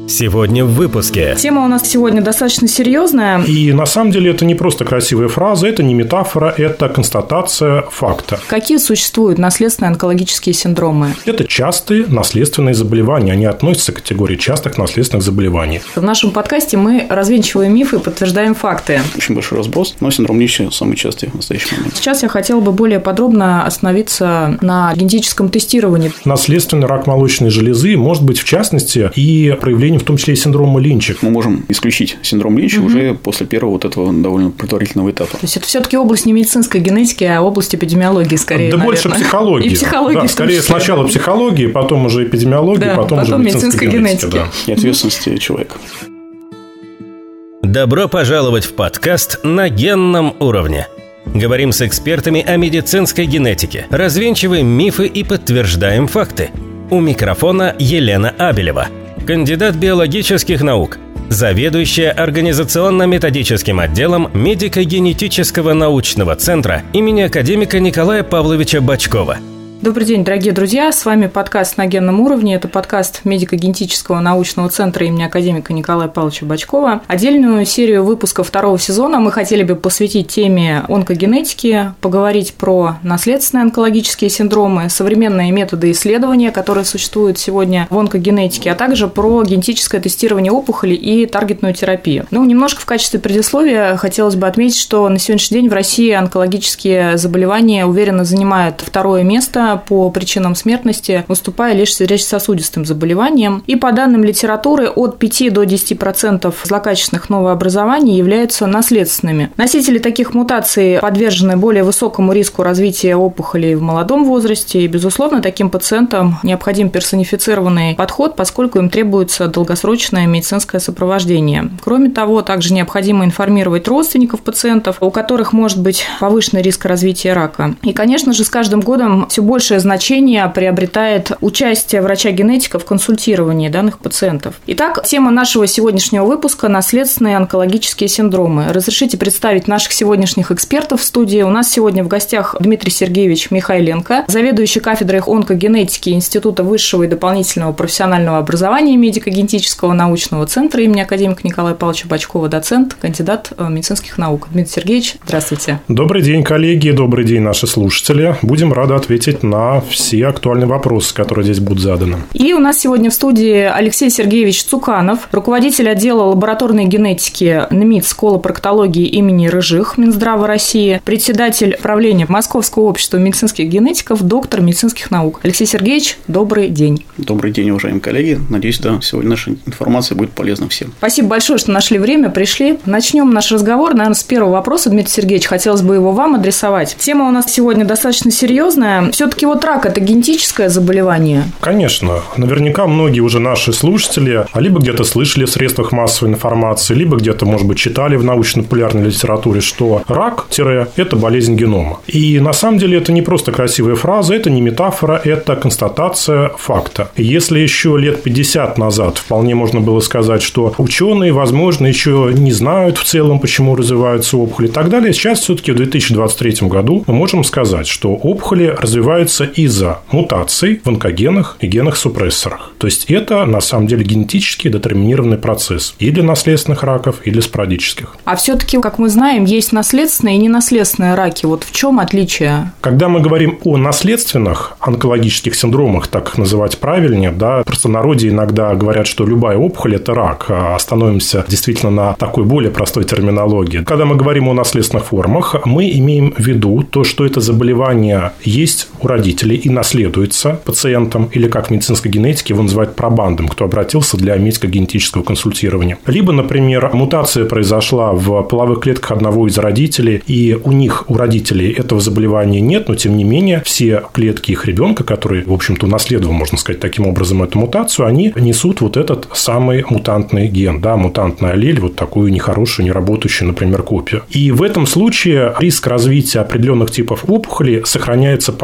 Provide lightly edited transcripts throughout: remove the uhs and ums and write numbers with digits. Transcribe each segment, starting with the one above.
Сегодня в выпуске. Тема у нас сегодня достаточно серьезная. И на самом деле это не просто красивая фраза, это не метафора, это констатация факта. Какие существуют наследственные онкологические синдромы? Это частые наследственные заболевания. Они относятся к категории частых наследственных заболеваний. В нашем подкасте мы развенчиваем мифы и подтверждаем факты. Очень большой разброс, но синдром Линча самый частый в настоящий момент. Сейчас я хотела бы более подробно остановиться на генетическом тестировании. Наследственный рак молочной железы может быть, в частности, и проявлением в том числе и синдрома Линча. Мы можем исключить синдром Линча уже после первого вот этого довольно предварительного этапа. То есть это все-таки область не медицинской генетики, а область эпидемиологии скорее. Да, больше психологии. И психологии. Да, скорее сначала психологии, потом уже эпидемиологии, потом уже медицинской генетики. Да. И ответственности человека. Добро пожаловать в подкаст «На генном уровне». Говорим с экспертами о медицинской генетике, развенчиваем мифы и подтверждаем факты. У микрофона Елена Абелева, кандидат биологических наук, заведующая организационно-методическим отделом медико-генетического научного центра имени академика Николая Павловича Бочкова. Добрый день, дорогие друзья, с вами подкаст «На генном уровне». Это подкаст медико-генетического научного центра имени академика Николая Павловича Бочкова. Отдельную серию выпусков второго сезона мы хотели бы посвятить теме онкогенетики, поговорить про наследственные онкологические синдромы, современные методы исследования, которые существуют сегодня в онкогенетике, а также про генетическое тестирование опухолей и таргетную терапию. Немножко в качестве предисловия хотелось бы отметить, что на сегодняшний день в России онкологические заболевания уверенно занимают второе место по причинам смертности, выступая лишь сердечно-сосудистым заболеванием. И по данным литературы, от 5 до 10% злокачественных новообразований являются наследственными. Носители таких мутаций подвержены более высокому риску развития опухолей в молодом возрасте. И, безусловно, таким пациентам необходим персонифицированный подход, поскольку им требуется долгосрочное медицинское сопровождение. Кроме того, также необходимо информировать родственников пациентов, у которых может быть повышенный риск развития рака. И, конечно же, с каждым годом все большее значение приобретает участие врача-генетика в консультировании данных пациентов. Итак, тема нашего сегодняшнего выпуска – наследственные онкологические синдромы. Разрешите представить наших сегодняшних экспертов в студии. У нас сегодня в гостях Дмитрий Сергеевич Михайленко, заведующий кафедрой онкогенетики Института высшего и дополнительного профессионального образования медико-генетического научного центра имени академика Николая Павловича Бочкова, доцент, кандидат медицинских наук. Дмитрий Сергеевич, здравствуйте. Добрый день, коллеги, добрый день, наши слушатели. Будем рады ответить на все актуальные вопросы, которые здесь будут заданы. И у нас сегодня в студии Алексей Сергеевич Цуканов, руководитель отдела лабораторной генетики НМИЦ колопроктологии имени Рыжих Минздрава России, председатель правления Московского общества медицинских генетиков, доктор медицинских наук. Алексей Сергеевич, добрый день. Добрый день, уважаемые коллеги. Надеюсь, сегодня наша информация будет полезна всем. Спасибо большое, что нашли время, пришли. Начнем наш разговор, наверное, с первого вопроса. Дмитрий Сергеевич, хотелось бы его вам адресовать. Тема у нас сегодня достаточно серьезная. Все-таки рак – это генетическое заболевание? Конечно. Наверняка многие уже наши слушатели либо где-то слышали в средствах массовой информации, либо где-то, может быть, читали в научно-популярной литературе, что рак – это болезнь генома. И на самом деле это не просто красивая фраза, это не метафора, это констатация факта. Если еще лет 50 назад вполне можно было сказать, что ученые, возможно, еще не знают в целом, почему развиваются опухоли и так далее, сейчас все-таки в 2023 году мы можем сказать, что опухоли развиваются из-за мутаций в онкогенах и генах-супрессорах. То есть это на самом деле генетически детерминированный процесс и для наследственных раков, и для спорадических. А все-таки, как мы знаем, есть наследственные и ненаследственные раки. В чем отличие? Когда мы говорим о наследственных онкологических синдромах, так их называть правильнее, в простонародье иногда говорят, что любая опухоль – это рак. Остановимся действительно на такой более простой терминологии. Когда мы говорим о наследственных формах, мы имеем в виду то, что это заболевание есть у родителей и наследуется пациентам, или как в медицинской генетике его называют пробандом, кто обратился для медико-генетического консультирования. Либо, например, мутация произошла в половых клетках одного из родителей, и у родителей этого заболевания нет, но тем не менее все клетки их ребенка, который, в общем-то, унаследовал, можно сказать, таким образом эту мутацию, они несут этот самый мутантный ген, мутантный аллель, такую нехорошую, неработающую, например, копию. И в этом случае риск развития определенных типов опухолей сохраняется повышенным,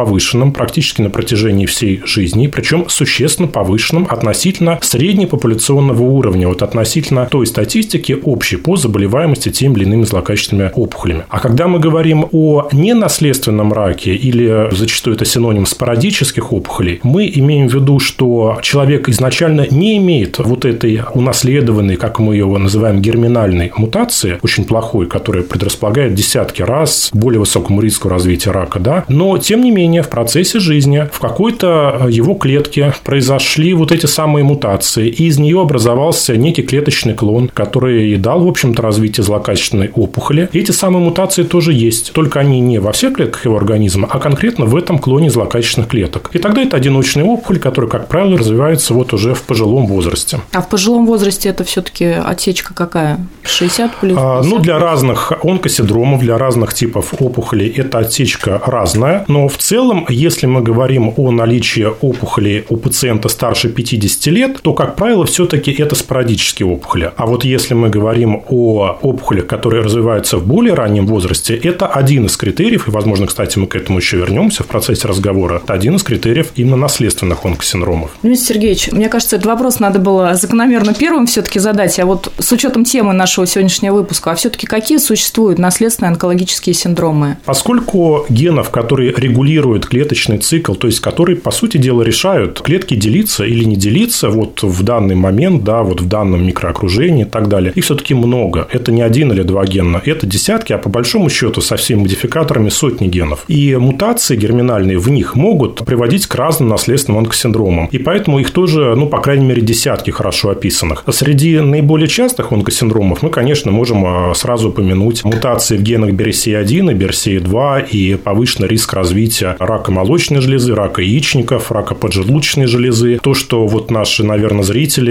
повышенным практически на протяжении всей жизни, причем существенно повышенным относительно среднепопуляционного уровня, вот относительно той статистики общей по заболеваемости теми или иными злокачественными опухолями. А когда мы говорим о ненаследственном раке, или зачастую это синоним спорадических опухолей, мы имеем в виду, что человек изначально не имеет вот этой унаследованной, как мы ее называем, герминальной мутации, очень плохой, которая предрасполагает десятки раз к более высокому риску развития рака, да, но, тем не менее, в процессе жизни в какой-то его клетке произошли вот эти самые мутации, и из нее образовался некий клеточный клон, который и дал, в общем-то, развитие злокачественной опухоли. И эти самые мутации тоже есть, только они не во всех клетках его организма, а конкретно в этом клоне злокачественных клеток. И тогда это одиночная опухоль, которая, как правило, развивается вот уже в пожилом возрасте. А в пожилом возрасте это все-таки отсечка какая? 60 плюс? 50? Для разных онкосиндромов, для разных типов опухолей эта отсечка разная, но в целом, если мы говорим о наличии опухолей у пациента старше 50 лет, то, как правило, все-таки это спорадические опухоли. А вот если мы говорим о опухолях, которые развиваются в более раннем возрасте, это один из критериев, и, возможно, кстати, мы к этому еще вернемся в процессе разговора, это один из критериев именно наследственных онкосиндромов. Дмитрий Сергеевич, мне кажется, этот вопрос надо было закономерно первым все-таки задать, а вот с учетом темы нашего сегодняшнего выпуска, а все-таки какие существуют наследственные онкологические синдромы? Поскольку генов, которые регулируют клеточный цикл, то есть которые, по сути дела, решают клетки делиться или не делиться вот в данный момент, да, вот в данном микроокружении и так далее, их все-таки много. Это не один или два гена, это десятки, а по большому счету со всеми модификаторами сотни генов. И мутации герминальные в них могут приводить к разным наследственным онкосиндромам. И поэтому их тоже, по крайней мере, десятки хорошо описанных. Среди наиболее частых онкосиндромов мы, конечно, можем сразу упомянуть мутации в генах BRCA1 и BRCA2 и повышенный риск развития рака молочной железы, рака яичников, рака поджелудочной железы. То, что вот наши, наверное,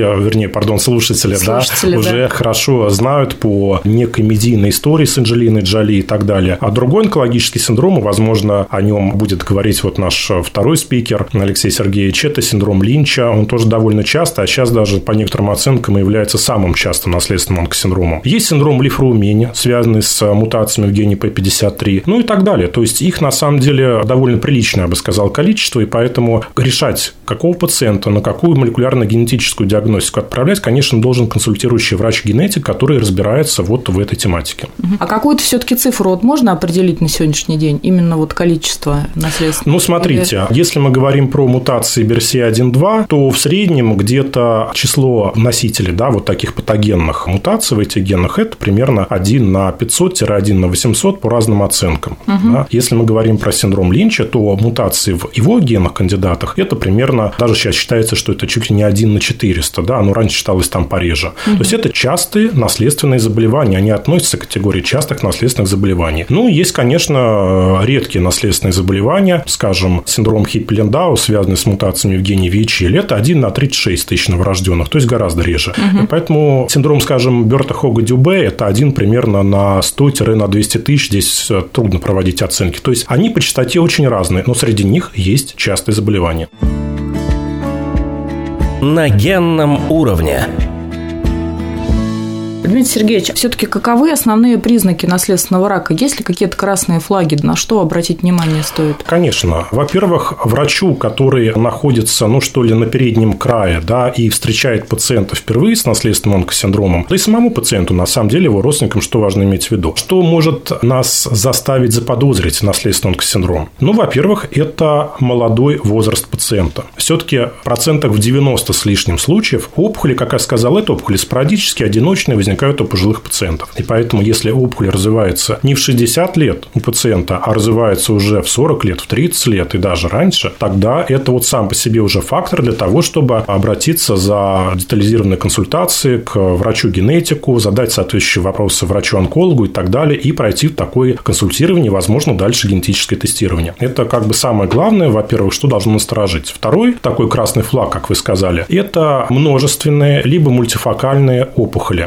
слушатели, уже хорошо знают по некой медийной истории с Анджелиной Джоли и так далее. А другой онкологический синдром, и, возможно, о нем будет говорить вот наш второй спикер Алексей Сергеевич, это синдром Линча. Он тоже довольно часто, а сейчас даже по некоторым оценкам является самым частым наследственным онкосиндромом. Есть синдром Лиф-Роумени, связанный с мутациями в гене P53, и так далее. То есть их на самом деле довольно приличное, я бы сказал, количество, и поэтому решать, какого пациента, на какую молекулярно-генетическую диагностику отправлять, конечно, должен консультирующий врач-генетик, который разбирается вот в этой тематике. А какую-то все-таки цифру можно определить на сегодняшний день? Именно вот количество наследственных? Смотрите, если мы говорим про мутации BRCA1-2, то в среднем где-то число носителей, да, вот таких патогенных мутаций в этих генах, это примерно 1 на 500-1 на 800 по разным оценкам. Да. Если мы говорим про синдром Линча, то мутации в его генах, кандидатах, это примерно, даже сейчас считается, что это чуть ли не 1 на 400, да, раньше считалось там пореже. То есть это частые наследственные заболевания, они относятся к категории частых наследственных заболеваний. Есть, конечно, редкие наследственные заболевания, скажем, синдром Хиппи-Линдау, связанный с мутациями в гене VHL, это 1 на 36 тысяч новорожденных, то есть гораздо реже. Поэтому синдром, скажем, Бёрта-Хога-Дюбе, это 1 примерно на 100-200 тысяч, здесь трудно проводить оценки. То есть они по частоте очень разные, но среди них есть частые заболевания. На генном уровне. Дмитрий Сергеевич, все-таки каковы основные признаки наследственного рака? Есть ли какие-то красные флаги? На что обратить внимание стоит? Конечно. Во-первых, врачу, который находится, на переднем крае, да, и встречает пациента впервые с наследственным онкосиндромом, да и самому пациенту, на самом деле, его родственникам, что важно иметь в виду? Что может нас заставить заподозрить наследственный онкосиндром? Во-первых, это молодой возраст пациента. Все-таки процентах в 90 с лишним случаев опухоли, как я сказал, это опухоли спорадические, одиночные, возникают у пожилых пациентов. И поэтому, если опухоль развивается не в 60 лет у пациента, а развивается уже в 40 лет, в 30 лет и даже раньше, тогда это сам по себе уже фактор для того, чтобы обратиться за детализированной консультацией к врачу-генетику, задать соответствующие вопросы врачу-онкологу и так далее, и пройти в такое консультирование, возможно, дальше генетическое тестирование. Это самое главное, во-первых, что должно насторожить. Второй такой красный флаг, как вы сказали, это множественные либо мультифокальные опухоли. Опять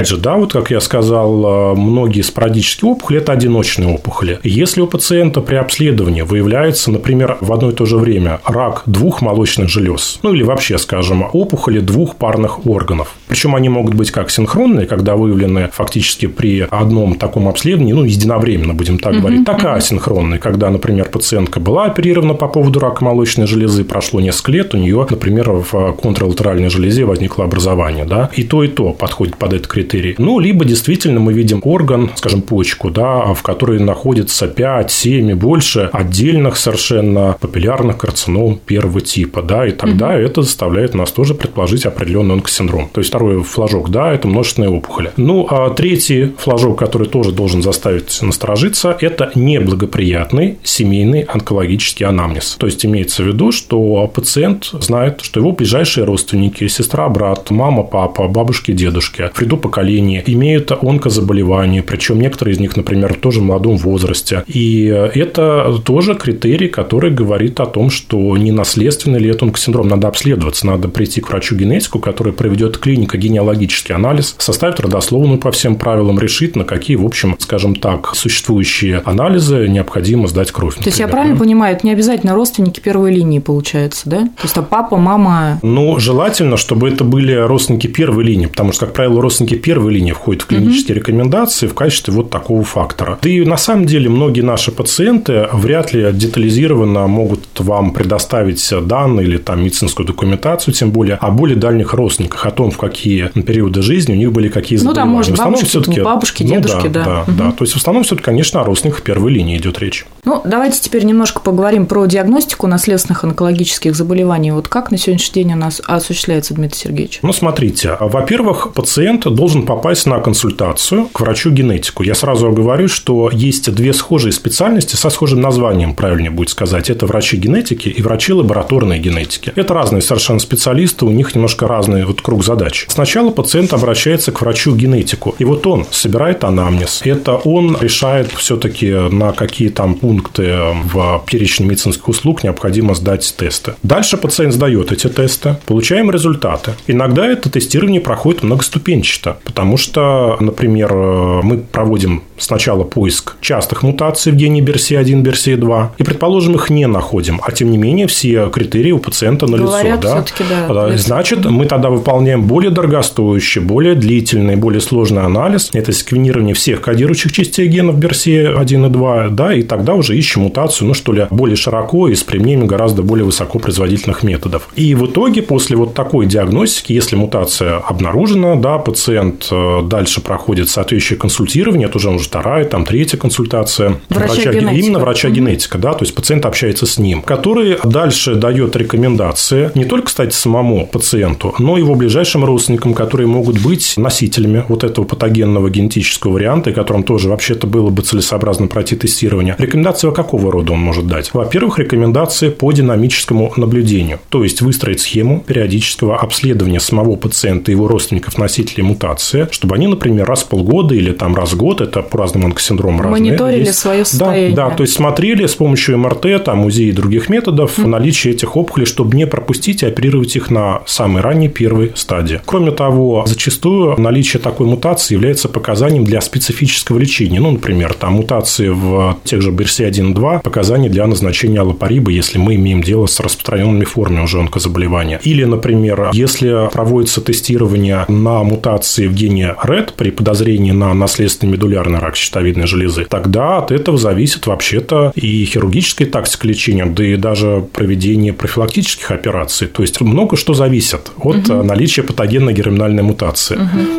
же, да, вот как я сказал, многие спорадические опухоли – это одиночные опухоли. Если у пациента при обследовании выявляется, например, в одно и то же время рак двух молочных желез, ну или вообще, скажем, опухоли двух парных органов, причем они могут быть как синхронные, когда выявлены фактически при одном таком обследовании, ну, единовременно, будем так говорить, так и асинхронные, когда, например, пациентка была оперирована по поводу рака молочной железы, прошло несколько лет, у нее, например, в контралатеральной железе возникло образование, да, и то подходит под этот критерий. Ну, либо действительно мы видим орган, скажем, почку, да, в которой находится 5, 7 и больше отдельных совершенно папиллярных карцином первого типа, да, и тогда это заставляет нас тоже предположить определенный онкосиндром. То есть, второй флажок, да, это множественные опухоли. Ну, а третий флажок, который тоже должен заставить насторожиться, это неблагоприятный семейный онкологический анамнез. То есть, имеется в виду, что пациент знает, что его ближайшие родственники, сестра, брат, мама, папа, бабушки, дедушки в ряду поколений имеют онкозаболевания, причем некоторые из них, например, тоже в молодом возрасте. И это тоже критерий, который говорит о том, что не наследственный ли это онкосиндром. Надо обследоваться, надо прийти к врачу-генетику, который проведет клинико-генеалогический анализ, составит родословную по всем правилам, решит, на какие, в общем, скажем так, существующие анализы необходимо сдать кровь. То есть, я правильно понимаю, это не обязательно родственники первой линии, получается, да? То есть, папа, мама… Ну, желательно, чтобы это были родственники первой линии, потому что, как правило, родственники первой линии входят в клинические рекомендации в качестве вот такого фактора. Да и на самом деле многие наши пациенты вряд ли детализированно могут вам предоставить данные или там медицинскую документацию, тем более о более дальних родственниках, о том, в какие периоды жизни у них были какие заболевания. Ну, там, может, бабушки, дедушки, да. Да. То есть, в основном, все-таки, конечно, о родственниках первой линии идет речь. Ну, давайте теперь немножко поговорим про диагностику наследственных онкологических заболеваний. Вот как на сегодняшний день она осуществляется, Дмитрий Сергеевич? Ну, смотрите, во-первых, пациент должен попасть на консультацию к врачу-генетику. Я сразу говорю, что есть две схожие специальности со схожим названием, правильнее будет сказать. Это врачи-генетики и врачи лабораторной генетики. Это разные совершенно специалисты, у них немножко разный круг задач. Сначала пациент обращается к врачу-генетику, и вот он собирает анамнез. Это он решает все-таки, на какие там пункты в перечне медицинских услуг необходимо сдать тесты. Дальше пациент сдает эти тесты, получаем результаты. Иногда это тестирование проходит многоступенчато, потому что, например, мы проводим сначала поиск частых мутаций в гене BRCA1, BRCA2, и, предположим, их не находим, а тем не менее все критерии у пациента налицо. Да? Значит, мы тогда выполняем более дорогостоящий, более длительный, более сложный анализ. Это секвенирование всех кодирующих частей генов BRCA1 и 2, да, и тогда уже ищем мутацию, более широко и с применением гораздо более высокопроизводительных методов. И в итоге, после вот такой диагностики, если мутация обнаружена, да, пациент дальше проходит соответствующее консультирование, это уже вторая, третья консультация именно врача-генетика, да, то есть пациент общается с ним, который дальше дает рекомендации не только, кстати, самому пациенту, но и его ближайшим родственникам, которые могут быть носителями вот этого патогенного генетического варианта, и которым тоже вообще-то было бы целесообразно пройти тестирование. Рекомендации какого рода он может дать? Во-первых, рекомендации по динамическому наблюдению, то есть выстроить схему периодического обследования самого пациента и его родственников носителей мутации, чтобы они, например, раз в полгода или раз в год, это по разным онкосиндромам разные. Мониторили свое состояние. Да, то есть смотрели с помощью МРТ, УЗИ и других методов наличие этих опухолей, чтобы не пропустить и оперировать их на самой ранней первой стадии. Кроме того, зачастую наличие такой мутации является показанием для специфического лечения. Ну, например, мутации в тех же BRCA1-2 показания для назначения аллопариба, если мы имеем дело с распространенными формами уже онкозаболевания. Или, например, если проводится тестирование на мутации в гене RET при подозрении на наследственный медулярный рак щитовидной железы, тогда от этого зависит вообще-то и хирургическая тактика лечения, да и даже проведение профилактических операций. То есть много что зависит от наличия патогенной герминальной мутации.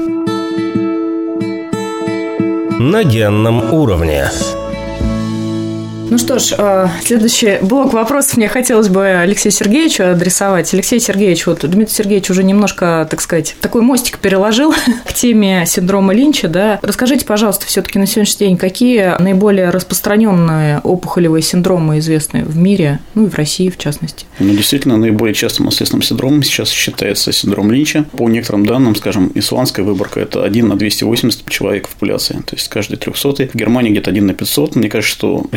На генном уровне. Ну что ж, следующий блок вопросов мне хотелось бы Алексею Сергеевичу адресовать. Алексей Сергеевич, вот Дмитрий Сергеевич уже немножко, так сказать, такой мостик переложил к теме синдрома Линча, да. Расскажите, пожалуйста, все-таки на сегодняшний день, какие наиболее распространенные опухолевые синдромы известны в мире, ну и в России в частности? Ну, действительно, наиболее частым наследственным синдромом сейчас считается синдром Линча. По некоторым данным, скажем, исландская выборка – это 1 на 280 человек в популяции, то есть каждый 300-й. В Германии где-то 1 на 500. Мне кажется, что россияне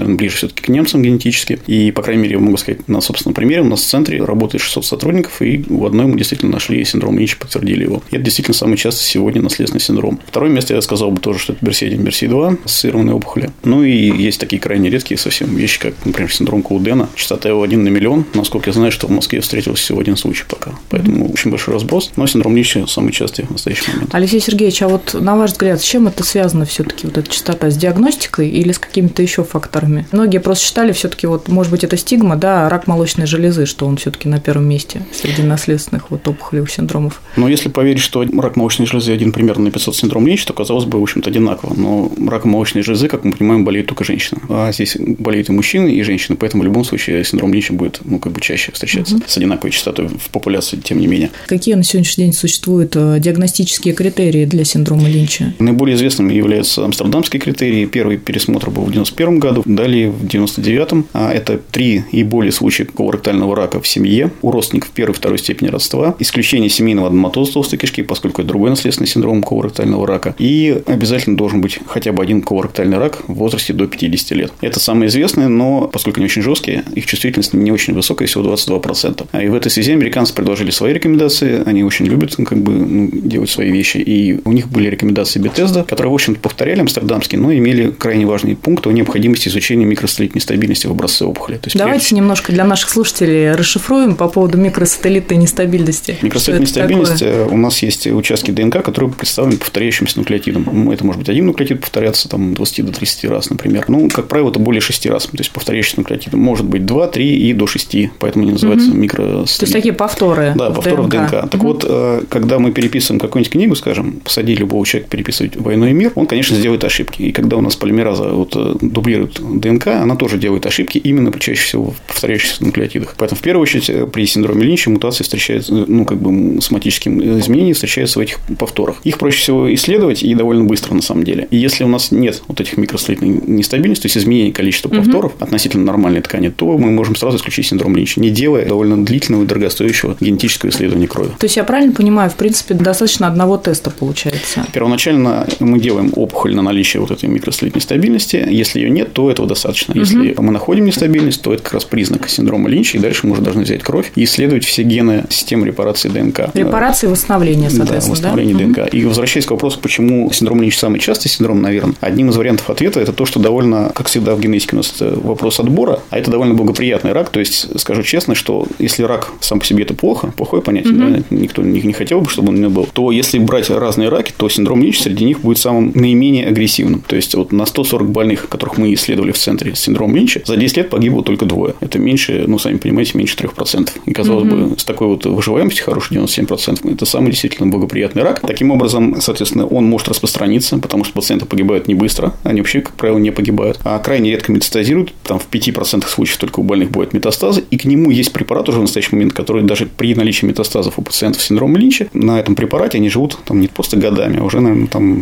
наверное, ближе все-таки к немцам генетически. И, по крайней мере, я могу сказать на собственном примере. У нас в центре работает 600 сотрудников, и в одной мы действительно нашли синдром Линча, подтвердили его. И это действительно самый частый сегодня наследственный синдром. Второе место я сказал бы тоже, что это BRCA1, BRCA2, ассоциированные опухоли. Ну и есть такие крайне редкие совсем вещи, как, например, синдром Коудена. Частота его 1 на миллион. Насколько я знаю, что в Москве встретился всего один случай пока. Поэтому очень большой разброс. Но синдром Линча самый частый в настоящий момент. Алексей Сергеевич, а вот на ваш взгляд, с чем это связано все-таки, вот эта частота? С диагностикой или с какими-то еще факторами? Многие просто считали все-таки, вот, может быть, это стигма, да, рак молочной железы, что он все-таки на первом месте среди наследственных вот опухолевых синдромов. Но если поверить, что рак молочной железы один примерно на 500 синдром Линча, то, казалось бы, в общем-то, одинаково. Но раком молочной железы, как мы понимаем, болеют только женщины. А здесь болеют и мужчины, и женщины. Поэтому в любом случае синдром Линча будет, чаще встречаться с одинаковой частотой в популяции, тем не менее. Какие на сегодняшний день существуют диагностические критерии для синдрома Линча? Наиболее известными являются амстердамские критерии. Первый пересмотр был в 1991 году, далее в 1999. Это 3 и более случаев колоректального рака в семье у родственников первой и второй степени родства, исключение семейного аденоматоза толстой кишки, поскольку это другой наследственный синдром колоректального рака, и обязательно должен быть хотя бы один колоректальный рак в возрасте до 50 лет. Это самые известные, но поскольку они очень жесткие, их чувствительность не очень высокая, всего 22%. И в этой связи американцы предложили свои рекомендации, они очень любят делать свои вещи, и у них были рекомендации Бетезда, которые, в общем-то, повторяли амстердамские, но имели крайне важный пункт о необходимости изучения микросателлитной нестабильности в образце опухоли. То есть, давайте немножко для наших слушателей расшифруем по поводу микросателлитной нестабильности. Микросателлитная нестабильность, у нас есть участки ДНК, которые представлены повторяющимся нуклеотидом. Это может быть один нуклеотид повторяться 20 до 30 раз, например. Как правило, это более 6 раз. То есть, повторяющийся нуклеотид может быть 2, 3 и до 6. Поэтому они называются микросателлиты. То есть, такие повторы. Да, повторы в ДНК. Так вот, когда мы переписываем какую-нибудь книгу, скажем, посади любого человека переписывать «Войну и мир», он, конечно, сделает ошибки. И когда у нас полимераза дублирует ДНК, она тоже делает ошибки именно чаще всего в повторяющихся нуклеотидах. Поэтому, в первую очередь, при синдроме Линча мутации встречаются, соматическим изменением встречаются в этих повторах. Их проще всего исследовать и довольно быстро, на самом деле. И если у нас нет вот этих микросателлитной нестабильности, то есть изменения количества повторов относительно нормальной ткани, то мы можем сразу исключить синдром Линча, не делая довольно длительного и дорогостоящего генетического исследования крови. То есть, я правильно понимаю, в принципе, достаточно одного теста получается? Первоначально мы делаем опухоль на наличие вот этой микросателлитной нестабильности. Если ее нет, то этого достаточно. Если мы находим нестабильность, то это как раз признак синдрома Линча, и дальше мы уже должны взять кровь и исследовать все гены системы репарации ДНК. Репарации и восстановления, соответственно, да? Восстановление ДНК. И возвращаясь к вопросу, почему синдром Линча самый частый синдром, наверное, одним из вариантов ответа это то, что довольно, как всегда в генетике у нас это вопрос отбора, а это довольно благоприятный рак. То есть, скажу честно, что если рак сам по себе это плохое понятие, да? Никто не хотел бы, чтобы он не был, то если брать разные раки, то синдром Линча среди них будет самым наименее агрессивным. То есть, на 140 больных, которых мы исследовали в центре с синдромом Линча, за 10 лет погибло только 2. Это меньше, сами понимаете, меньше 3%. И, казалось бы, с такой выживаемостью хорошей 97%, это самый действительно благоприятный рак. Таким образом, соответственно, он может распространиться, потому что пациенты погибают не быстро, они вообще, как правило, не погибают, а крайне редко метастазируют. В 5% случаев только у больных бывают метастазы, и к нему есть препарат уже в настоящий момент, который даже при наличии метастазов у пациентов с синдромом Линча, на этом препарате они живут не просто годами, а уже, наверное,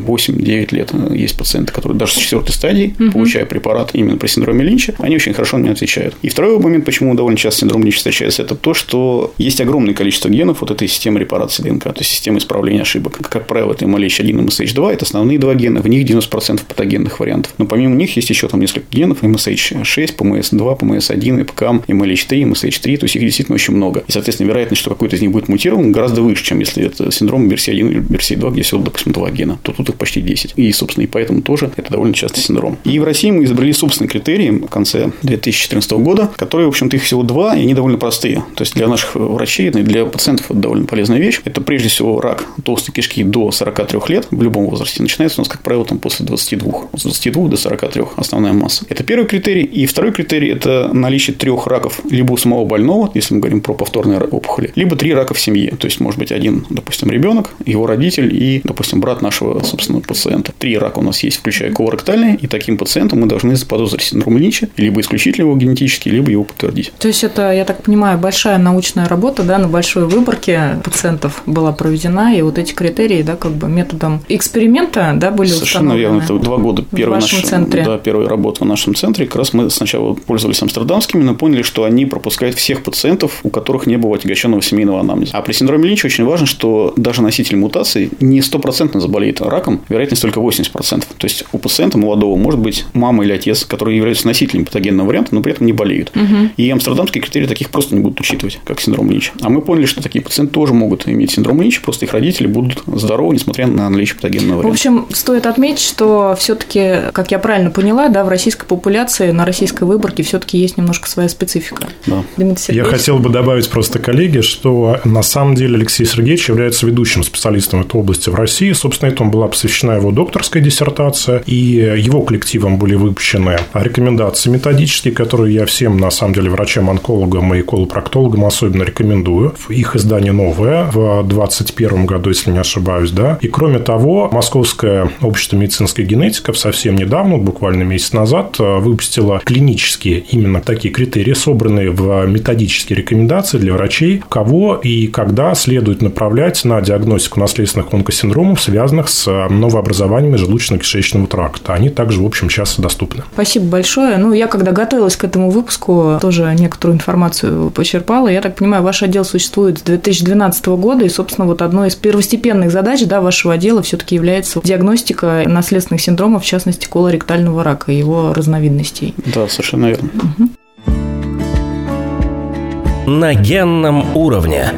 8-9 лет. Есть пациенты, которые даже с 4-й стадии, получая препарат именно при синдроме Линча, они очень хорошо на него отвечают. И второй момент, почему довольно часто синдром Линча встречается, это то, что есть огромное количество генов вот этой системы репарации ДНК, то есть системы исправления ошибок. Как правило, это MLH1 и MSH2, это основные два гена, в них 90% патогенных вариантов. Но помимо них есть еще несколько генов, MSH6, PMS2, PMS1, EPCAM, MLH3, MSH3, то есть их действительно очень много. И, соответственно, вероятность, что какой-то из них будет мутирован, гораздо выше, чем если это синдром BRCA1 или BRCA2, где всего, допустим, 2 гена, то тут их почти 10. И, собственно, и поэтому тоже это довольно частый синдром. И в России мы изобрели собственные критерии в конце 2014 года, которые, в общем-то, их всего 2, и они довольно простые. То есть, для наших врачей, и для пациентов это довольно полезная вещь. Это, прежде всего, рак толстой кишки до 43 лет в любом возрасте. Начинается у нас, как правило, после 22. С 22 до 43 основная масса. Это первый критерий. И второй критерий – это наличие 3 раков либо у самого больного, если мы говорим про повторные опухоли, либо 3 рака в семье. То есть, может быть, один, допустим, ребенок, его родитель и, допустим, брат нашего, собственно, пациента. 3 рака у нас есть, включая колоректальные, и таким пациентам мы должны заподозрить синдром Линча, либо исключить его генетически, либо его подтвердить. То есть, это, я так понимаю, большая научная работа, да, на большой выборке пациентов была проведена, и вот эти критерии, да, методом эксперимента, да, были совершенно установлены. Совершенно верно. Это 2 года. Первая работа в нашем центре. Как раз мы сначала пользовались амстердамскими, но поняли, что они пропускают всех пациентов, у которых не было отягощенного семейного анамнеза. А при синдроме Линча очень важно, что даже носитель мутации не 100% заболеет раком, вероятность только 80%. То есть, у пациента молодого может быть мама или отец, которые являются носителями патогенного варианта, но при этом не болеют. И амстердамские критерии таких просто не будут учитывать, как синдром Линча. А мы поняли, что такие пациенты тоже могут иметь синдром Линча, просто их родители будут здоровы, несмотря на наличие патогенного варианта. В общем, стоит отметить, что все-таки, как я правильно поняла, да, в российской популяции, на российской выборке все-таки есть немножко своя специфика. Да. Я хотел бы добавить просто, коллеги, что на самом деле Алексей Сергеевич является ведущим специалистом в этой области в России. Собственно, этому была посвящена его докторская диссертация, и его коллективом были выпущены рекомендации методические, которые я всем, на самом деле, врачам-онкологам и колопроктологам особенно рекомендую. Их издание новое в 2021 году, если не ошибаюсь, да. И кроме того, Московское общество медицинской генетиков совсем недавно, буквально месяц назад, выпустило клинические именно такие критерии, собранные в методические рекомендации для врачей, кого и когда следует направлять на диагностику наследственных онкосиндромов, связанных с новообразованиями желудочно-кишечного тракта. Они также, в общем, сейчас доступны. Спасибо большое. Я когда готовилась к этому выпуску, тоже некоторую информацию почерпала. Я так понимаю, ваш отдел существует с 2012 года, и, собственно, одной из первостепенных задач, да, вашего отдела все-таки является диагностика наследственных синдромов, в частности, колоректального рака и его разновидностей. Да, совершенно верно. На генном уровне.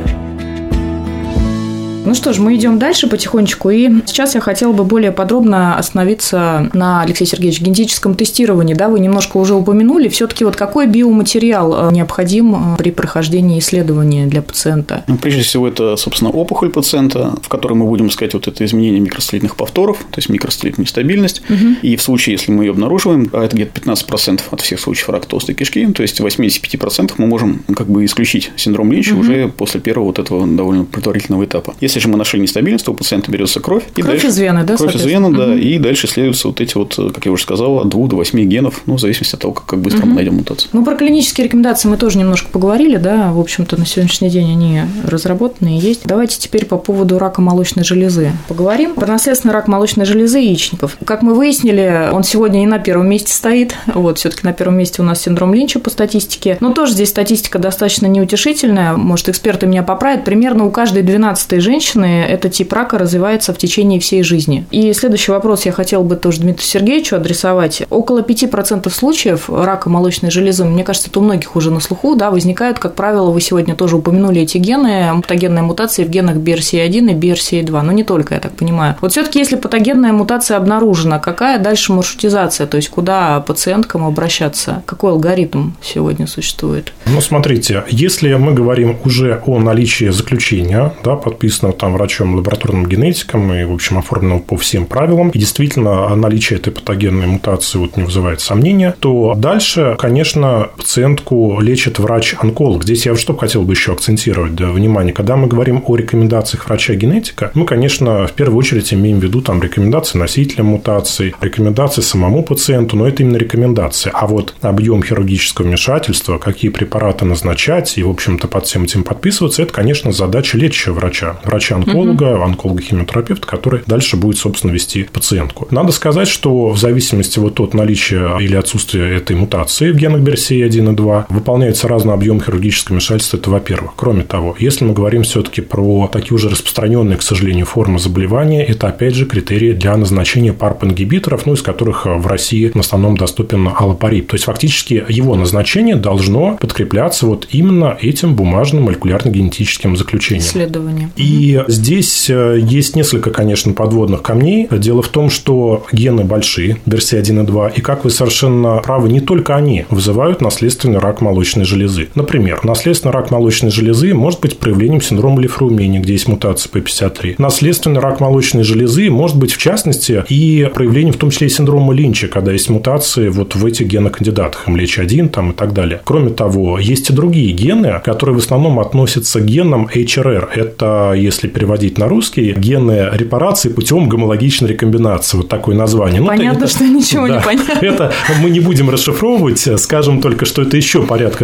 Ну что ж, мы идем дальше потихонечку, и сейчас я хотела бы более подробно остановиться на, Алексей Сергеевич, генетическом тестировании. Да, вы немножко уже упомянули. Все-таки какой биоматериал необходим при прохождении исследования для пациента? Прежде всего, это, собственно, опухоль пациента, в которой мы будем искать это изменение микросателлитных повторов, то есть микросателлитная нестабильность. И в случае, если мы ее обнаруживаем, а это где-то 15% от всех случаев рака толстой кишки, то есть в 85% мы можем исключить синдром Линча уже после первого этого довольно предварительного этапа. Если же мы нашли нестабильность, то у пациента берется кровь. Кровь из вены, да? Кровь из вены, да. И дальше следуются эти как я уже сказал, от 2 до 8 генов, в зависимости от того, как быстро мы найдем мутацию. Про клинические рекомендации мы тоже немножко поговорили, да. В общем-то, на сегодняшний день они разработаны и есть. Давайте теперь по поводу рака молочной железы поговорим. Про наследственный рак молочной железы яичников. Как мы выяснили, он сегодня не на первом месте стоит. Все-таки на первом месте у нас синдром Линча по статистике. Но тоже здесь статистика достаточно неутешительная. Может, эксперты меня поправят. Примерно у каждой 12-й женщины этот тип рака развивается в течение всей жизни. И следующий вопрос я хотела бы тоже Дмитрию Сергеевичу адресовать. Около 5% случаев рака молочной железы, мне кажется, это у многих уже на слуху, да, возникают, как правило, вы сегодня тоже упомянули эти гены, патогенные мутации в генах BRCA1 и BRCA2, но не только, я так понимаю. Все-таки, если патогенная мутация обнаружена, какая дальше маршрутизация, то есть куда пациенткам обращаться? Какой алгоритм сегодня существует? Смотрите, если мы говорим уже о наличии заключения, да, подписанного врачом, лабораторным генетиком и, в общем, оформленного по всем правилам, и действительно наличие этой патогенной мутации не вызывает сомнения, то дальше, конечно, пациентку лечит врач-онколог. Здесь я что хотел бы еще акцентировать внимание. Когда мы говорим о рекомендациях врача-генетика, мы, конечно, в первую очередь имеем в виду рекомендации носителя мутаций, рекомендации самому пациенту, но это именно рекомендации. А объем хирургического вмешательства, какие препараты назначать и, в общем-то, под всем этим подписываться, это, конечно, задача лечащего врача. Врача-онколога, онколога-химиотерапевта, который дальше будет, собственно, вести пациентку. Надо сказать, что в зависимости от наличия или отсутствия этой мутации в генах BRCA1 и 2 выполняется разный объем хирургического вмешательства. Это, во-первых. Кроме того, если мы говорим все-таки про такие уже распространенные, к сожалению, формы заболевания, это, опять же, критерии для назначения PARP-ингибиторов, из которых в России в основном доступен аллопарип. То есть, фактически, его назначение должно подкрепляться именно этим бумажным молекулярно-генетическим заключением. Исследованием. И здесь есть несколько, конечно, подводных камней. Дело в том, что гены большие, BRCA1 и 2, и, как вы совершенно правы, не только они вызывают наследственный рак молочной железы. Например, наследственный рак молочной железы может быть проявлением синдрома Лифраумени, где есть мутация P53. Наследственный рак молочной железы может быть, в частности, и проявлением, в том числе, и синдрома Линча, когда есть мутации в этих генокандидатах, MLH1 и так далее. Кроме того, есть и другие гены, которые в основном относятся к генам HRR. Это, если переводить на русский, гены репарации путем гомологичной рекомбинации. Такое название. Понятно, что ничего не понятно. Это мы не будем расшифровывать. Скажем только, что это еще порядка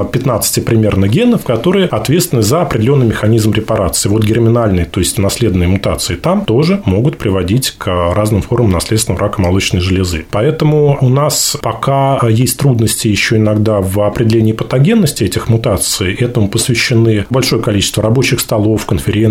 15 примерно генов, которые ответственны за определенный механизм репарации. Герминальные, то есть наследные мутации, там тоже могут приводить к разным формам наследственного рака молочной железы. Поэтому у нас пока есть трудности еще иногда в определении патогенности этих мутаций. Этому посвящены большое количество рабочих столов, конференций,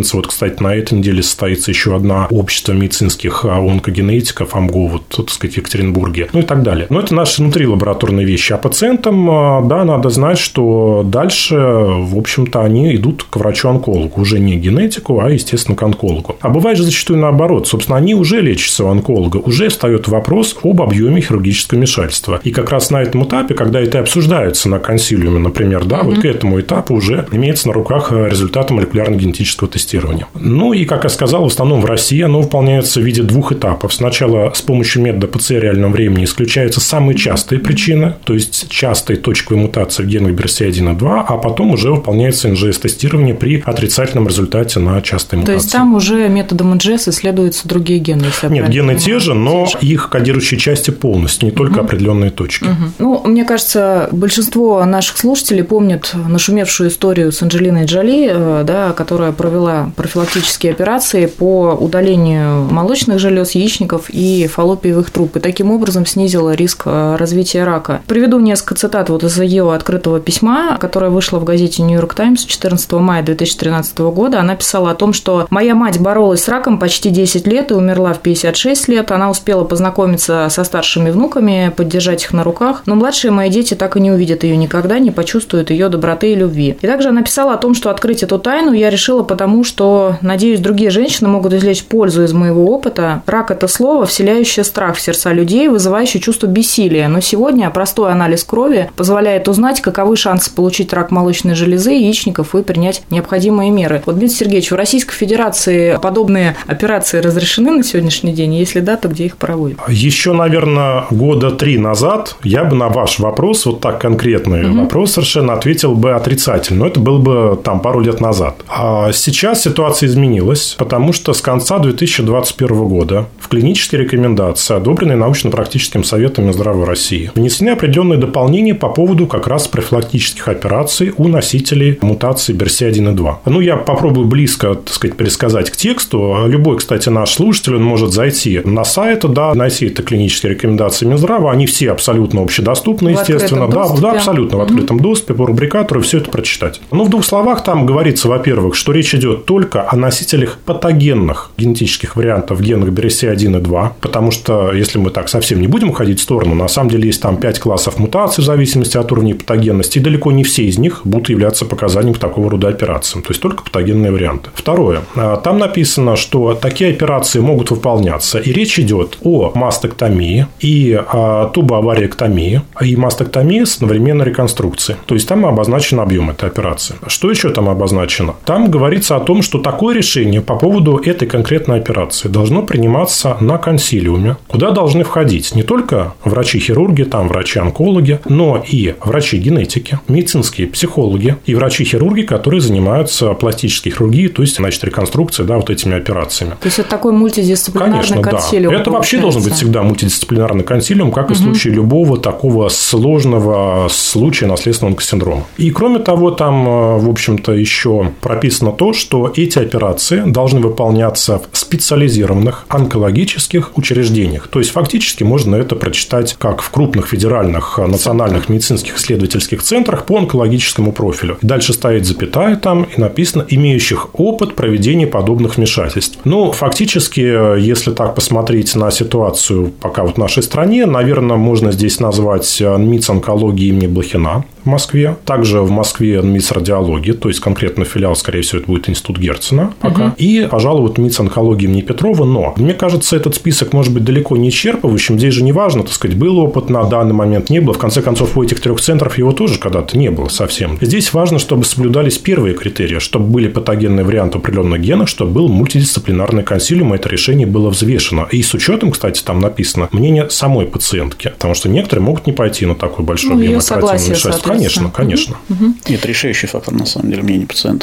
конференции. Вот, кстати, на этой неделе состоится еще одна общество медицинских онкогенетиков, АМГО, вот, так сказать, в Екатеринбурге, ну и так далее. Но это наши внутрилабораторные вещи. А пациентам, да, надо знать, что дальше, в общем-то, они идут к врачу-онкологу. Уже не генетику, а, естественно, к онкологу. А бывает же зачастую наоборот. Собственно, они уже лечатся у онколога. Уже встает вопрос об объеме хирургического вмешательства. И как раз на этом этапе, когда это обсуждается на консилиуме, например, да, вот к этому этапу уже имеется на руках результаты молекулярно-генетического тестирования. Ну и, как я сказал, в основном в России оно выполняется в виде двух этапов. Сначала с помощью метода ПЦР реального времени исключаются самые частые причины, то есть частые точковые мутации в генах BRCA1 и 2, а потом уже выполняется НЖС-тестирование при отрицательном результате на частые мутации. То есть там уже методом НЖС исследуются другие гены? Нет, гены те же, но их кодирующие части полностью, не только определенные точки. Ну, мне кажется, большинство наших слушателей помнят нашумевшую историю с Анджелиной Джоли, да, которая провела профилактические операции по удалению молочных желез, яичников и фаллопиевых труб, и таким образом снизила риск развития рака. Приведу несколько цитат вот из ее открытого письма, которое вышло в газете «Нью-Йорк Таймс» 14 мая 2013 года. Она писала о том, что «Моя мать боролась с раком почти 10 лет и умерла в 56 лет. Она успела познакомиться со старшими внуками, поддержать их на руках, но младшие мои дети так и не увидят ее никогда, не почувствуют ее доброты и любви». И также она писала о том, что открыть эту тайну я решила потому, что, надеюсь, другие женщины могут извлечь пользу из моего опыта. Рак – это слово, вселяющее страх в сердца людей, вызывающее чувство бессилия. Но сегодня простой анализ крови позволяет узнать, каковы шансы получить рак молочной железы, яичников и принять необходимые меры. Вот, Дмитрий Сергеевич, в Российской Федерации подобные операции разрешены на сегодняшний день? Если да, то где их проводят? Еще, наверное, года 3 назад я бы на ваш вопрос, вот так конкретный вопрос совершенно ответил бы отрицательно. Но это было бы там пару лет назад. А сейчас ситуация изменилась, потому что с конца 2021 года в клинические рекомендации, одобренные научно-практическим советом Минздрава России, внесены определенные дополнения по поводу как раз профилактических операций у носителей мутаций BRCA1 и 2. Ну, я попробую близко, так сказать, пересказать к тексту. Любой, кстати, наш слушатель, он может зайти на сайт, да, найти это клинические рекомендации Минздрава, они все абсолютно общедоступны, естественно. Да, абсолютно в открытом доступе по рубрикатору, все это прочитать. Но в двух словах там говорится, во-первых, что речь идет только о носителях патогенных генетических вариантов в генах BRCA1 и 2, потому что, если мы так совсем не будем уходить в сторону, на самом деле есть там 5 классов мутаций в зависимости от уровня патогенности, и далеко не все из них будут являться показанием к такого рода операциям, то есть только патогенные варианты. Второе. Там написано, что такие операции могут выполняться, и речь идет о мастектомии и тубоавариэктомии, и мастектомии с одновременной реконструкцией. То есть там обозначен объем этой операции. Что еще там обозначено? Там говорится о том, что такое решение по поводу этой конкретной операции должно приниматься на консилиуме, куда должны входить не только врачи-хирурги, там врачи-онкологи, но и врачи-генетики, медицинские психологи и врачи-хирурги, которые занимаются пластической хирургией, то есть, значит, реконструкцией, да, вот этими операциями. То есть это такой мультидисциплинарный консилиум. Да. Это вообще должен быть всегда мультидисциплинарный консилиум, как и в случае любого такого сложного случая наследственного онкосиндрома. И кроме того, там, в общем-то, еще прописано то, что эти операции должны выполняться в специализированных онкологических учреждениях. То есть фактически можно это прочитать как в крупных федеральных национальных медицинских исследовательских центрах по онкологическому профилю. И дальше стоит запятая там и написано «имеющих опыт проведения подобных вмешательств». Ну, фактически, если так посмотреть на ситуацию пока вот в нашей стране, наверное, можно здесь назвать НМИЦ онкологии имени Блохина в Москве. Также в Москве НМИЦ радиологии, то есть конкретно филиал, скорее всего, это будет Институт Герцена пока. И, пожалуй, вот НМИЦ онкологии имени Петрова. Но, мне кажется, этот список может быть далеко не исчерпывающим. Здесь же не важно, так сказать, был опыт на данный момент, не было. В конце концов, у этих 3 центров его тоже когда-то не было совсем. Здесь важно, чтобы соблюдались первые критерии, чтобы были патогенные варианты определенных генов, чтобы был мультидисциплинарный консилиум, и это решение было взвешено. И с учетом, кстати, там написано мнение самой пациентки, потому что некоторые могут не пойти на такой большой объем оперативного вмешательства. Конечно, конечно. Это решающий фактор, на самом деле, мнение пациента.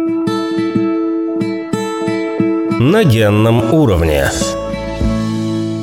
На генном уровне.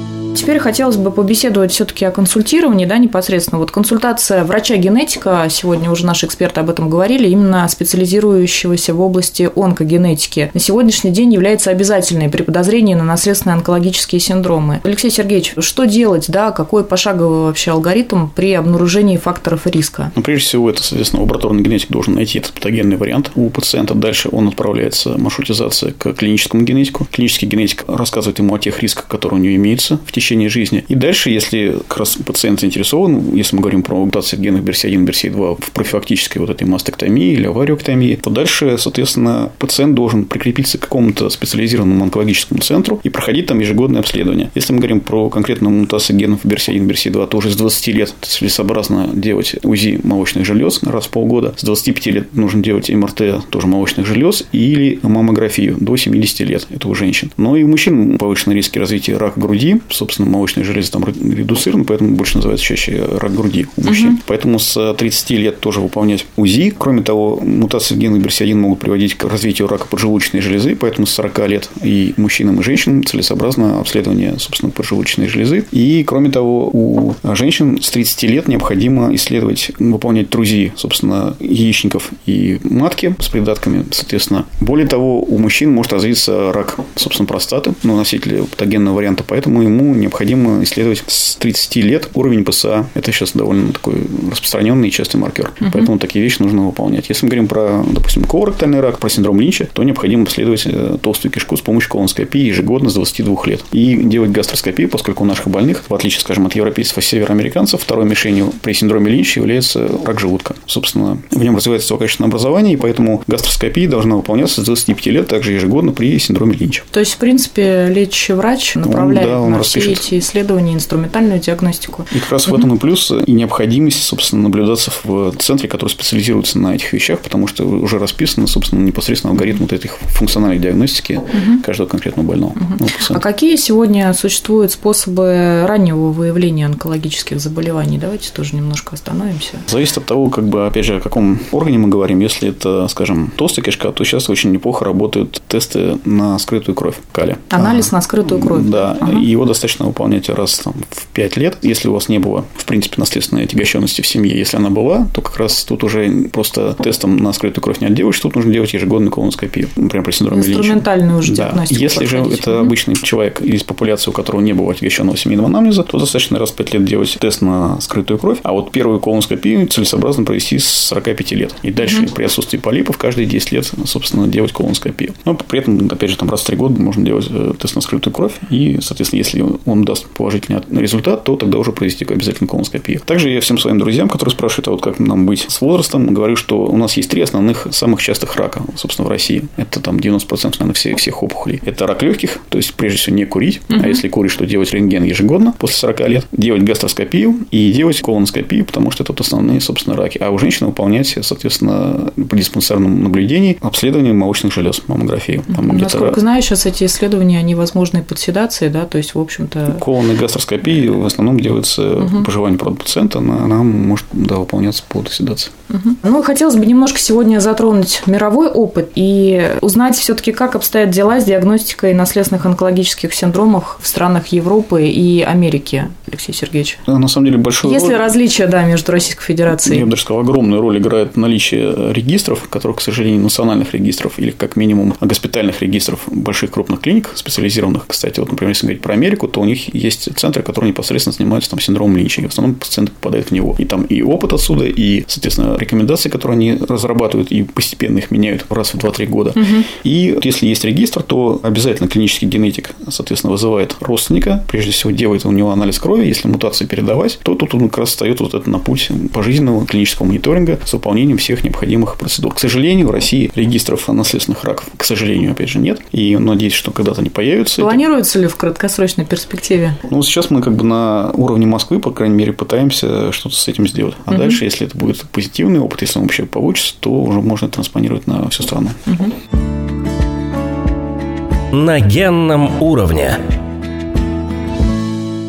теперь хотелось бы побеседовать все-таки о консультировании, да, непосредственно. Вот консультация врача-генетика, сегодня уже наши эксперты об этом говорили, именно специализирующегося в области онкогенетики, на сегодняшний день является обязательной при подозрении на наследственные онкологические синдромы. Алексей Сергеевич, что делать, да, какой пошаговый вообще алгоритм при обнаружении факторов риска? Прежде всего, это, соответственно, лабораторный генетик должен найти этот патогенный вариант у пациента. Дальше он отправляется, маршрутизация, к клиническому генетику. Клинический генетик рассказывает ему о тех рисках, которые у него имеются в течение жизни. И дальше, если как раз пациент заинтересован, если мы говорим про мутации в генах BRCA1, BRCA2 в профилактической вот этой мастектомии или авариоктомии, то дальше, соответственно, пациент должен прикрепиться к какому-то специализированному онкологическому центру и проходить там ежегодное обследование. Если мы говорим про конкретно мутации генов BRCA1, BRCA2, то уже с 20 лет целесообразно делать УЗИ молочных желез раз в полгода. С 25 лет нужно делать МРТ тоже молочных желез или маммографию до 70 лет. Это у женщин. Но и у мужчин повышенные риски развития рака груди. Собственно, молочные железы там редуцированы, поэтому больше называется чаще рак груди у мужчин. Поэтому с 30 лет тоже выполнять УЗИ. Кроме того, мутации гена BRCA1 могут приводить к развитию рака поджелудочной железы, поэтому с 40 лет и мужчинам, и женщинам целесообразно обследование, собственно, поджелудочной железы. И, кроме того, у женщин с 30 лет необходимо исследовать, выполнять ТРУЗИ, собственно, яичников и матки с придатками, соответственно. Более того, у мужчин может развиться рак, собственно, простаты, носителя патогенного варианта, поэтому ему необходимо исследовать с 30 лет уровень ПСА. Это сейчас довольно такой распространенный и частый маркер. Поэтому такие вещи нужно выполнять. Если мы говорим про, допустим, колоректальный рак, про синдром Линча, то необходимо обследовать толстую кишку с помощью колоноскопии ежегодно с 22 лет. И делать гастроскопию, поскольку у наших больных, в отличие, скажем, от европейцев и североамериканцев, второй мишенью при синдроме Линча является рак желудка. Собственно, в нем развивается высококачественное образование, и поэтому гастроскопия должна выполняться с 25 лет, также ежегодно при синдроме Линча. То есть, в принципе, лечащий врач направляет на все эти исследования, инструментальную диагностику. И как раз в этом и плюс, и необходимость, собственно, наблюдаться в центре, который специализируется на этих вещах, потому что уже расписано, собственно, непосредственно алгоритм вот этих функциональной диагностики каждого конкретного больного. А какие сегодня существуют способы раннего выявления онкологических заболеваний? Давайте тоже немножко остановимся. Зависит от того, опять же, о каком органе мы говорим. Если это, скажем, толстая кишка, то сейчас очень неплохо работают тесты на скрытую кровь калия. Анализ на скрытую кровь. Да, его достаточно выполнять раз в 5 лет. Если у вас не было, в принципе, наследственной отягощенности в семье, если она была, то как раз тут уже просто тестом на скрытую кровь не отделаешь, тут нужно делать ежегодную колоноскопию. Например, при синдроме Линча. Инструментальную уже диагностику. Если же это обычный человек из популяции, у которого не было отягощенного семейного анамнеза, то достаточно раз в 5 лет делать тест на скрытую кровь, а вот первую колоноскопию целесообразно провести с 45 лет. И дальше при отсутствии полипов каждые 10 лет, собственно, делать колоноскопию. Но при этом, опять же, раз в 3 года можно делать тест на скрытую кровь, и, соответственно, если он даст положительный результат, то тогда уже провести обязательно колоноскопию. Также я всем своим друзьям, которые спрашивают, а вот как нам быть с возрастом, говорю, что у нас есть 3 основных самых частых рака, собственно, в России. Это там 90%, наверное, всех опухолей. Это рак легких, то есть, прежде всего, не курить, а если курить, то делать рентген ежегодно после 40 лет, делать гастроскопию и делать колоноскопию, потому что это вот основные, собственно, раки. А у женщин выполнять, соответственно, при диспансерном наблюдении обследование молочных желез, маммографию. Насколько знаю, сейчас эти исследования, они возможны под седацией, да, то есть, в общем-то... Колонная гастроскопия в основном делается по желанию пациента, она может, выполняться под седацией. Ну, хотелось бы немножко сегодня затронуть мировой опыт и узнать все-таки, как обстоят дела с диагностикой наследственных онкологических синдромов в странах Европы и Америки, Алексей Сергеевич. На самом деле большое. Есть ли различия, между Российской Федерацией? Я бы даже сказал, огромную роль играет наличие регистров, которых, к сожалению, национальных регистров или как минимум госпитальных регистров больших крупных клиник специализированных. Кстати, вот, например, если говорить про Америку, то у них есть центры, которые непосредственно занимаются синдромом Линча, и в основном пациенты попадают в него. И там и опыт отсюда, и, соответственно, рекомендации, которые они разрабатывают и постепенно их меняют раз в 2-3 года. И если есть регистр, то обязательно клинический генетик, соответственно, вызывает родственника, прежде всего делает у него анализ крови, если мутации передавать, то тут он как раз встает вот это на путь пожизненного клинического мониторинга с выполнением всех необходимых процедур. К сожалению, в России регистров наследственных раков, к сожалению, опять же, нет. И надеюсь, что когда-то они появятся. Планируется ли в краткосрочной перспективе? Сейчас мы на уровне Москвы, по крайней мере, пытаемся что-то с этим сделать. А дальше, если это будет позитивный опыт, если он вообще получится, то уже можно транспонировать на всю страну. На генном уровне.